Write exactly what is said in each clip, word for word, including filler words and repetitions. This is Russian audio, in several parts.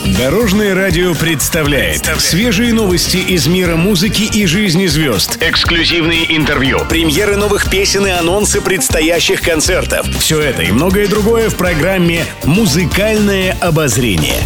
Дорожное радио представляет свежие новости из мира музыки и жизни звезд. Эксклюзивные интервью, премьеры новых песен и анонсы предстоящих концертов. Все это и многое другое в программе «Музыкальное обозрение».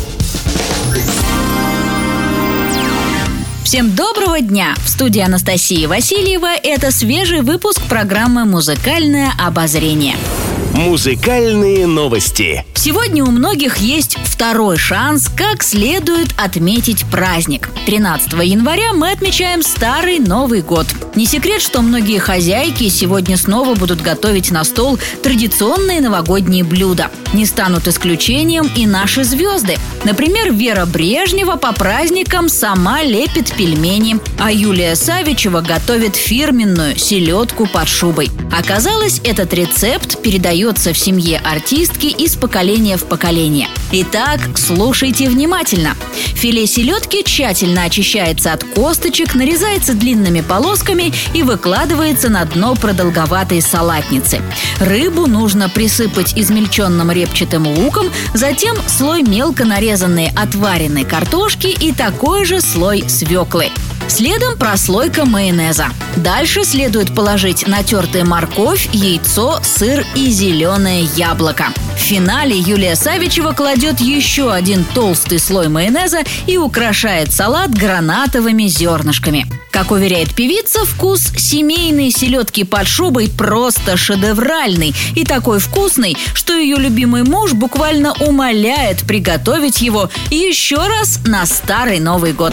Всем доброго дня! В студии Анастасия Васильева. Это свежий выпуск программы «Музыкальное обозрение». Музыкальные новости. Сегодня у многих есть второй шанс, как следует отметить праздник. тринадцатого января мы отмечаем Старый Новый год. Не секрет, что многие хозяйки сегодня снова будут готовить на стол традиционные новогодние блюда. Не станут исключением и наши звезды. Например, Вера Брежнева по праздникам сама лепит пельмени, а Юлия Савичева готовит фирменную селедку под шубой. Оказалось, этот рецепт передается в семье артистки из поколения в поколение. Итак, слушайте внимательно. Филе селедки тщательно очищается от косточек, нарезается длинными полосками и выкладывается на дно продолговатой салатницы. Рыбу нужно присыпать измельченным репчатым луком, затем слой мелко нарезанной отваренной картошки и такой же слой свеклы. Следом прослойка майонеза. Дальше следует положить натертая морковь, яйцо, сыр и зеленое яблоко. В финале Юлия Савичева кладет еще один толстый слой майонеза и украшает салат гранатовыми зернышками. Как уверяет певица, вкус семейной селедки под шубой просто шедевральный и такой вкусный, что ее любимый муж буквально умоляет приготовить его еще раз на Старый Новый год.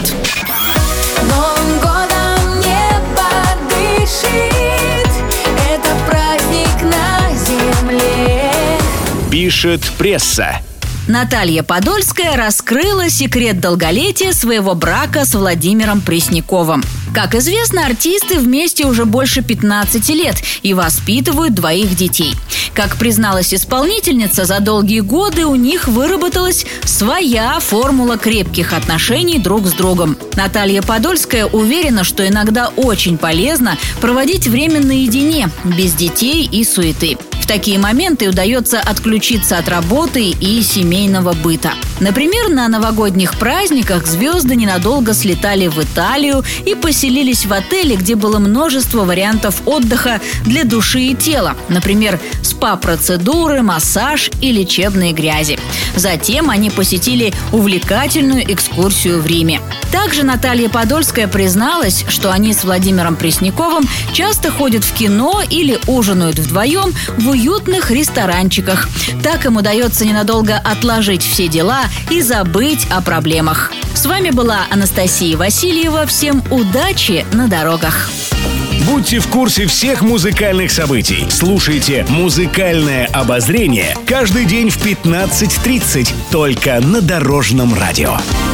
Новым годом небо дышит, это праздник на земле. Пишет пресса. Наталья Подольская раскрыла секрет долголетия своего брака с Владимиром Пресняковым. Как известно, артисты вместе уже больше пятнадцати лет и воспитывают двоих детей. Как призналась исполнительница, за долгие годы у них выработалась своя формула крепких отношений друг с другом. Наталья Подольская уверена, что иногда очень полезно проводить время наедине, без детей и суеты. В такие моменты удается отключиться от работы и семейного быта. Например, на новогодних праздниках звезды ненадолго слетали в Италию и поселились в отеле, где было множество вариантов отдыха для души и тела. Например, спа-процедуры, массаж и лечебные грязи. Затем они посетили увлекательную экскурсию в Риме. Также Наталья Подольская призналась, что они с Владимиром Пресняковым часто ходят в кино или ужинают вдвоем в уютных ресторанчиках. Так им удается ненадолго отложить все дела и забыть о проблемах. С вами была Анастасия Васильева. Всем удачи на дорогах! Будьте в курсе всех музыкальных событий. Слушайте «Музыкальное обозрение» каждый день в пятнадцать тридцать только на Дорожном радио.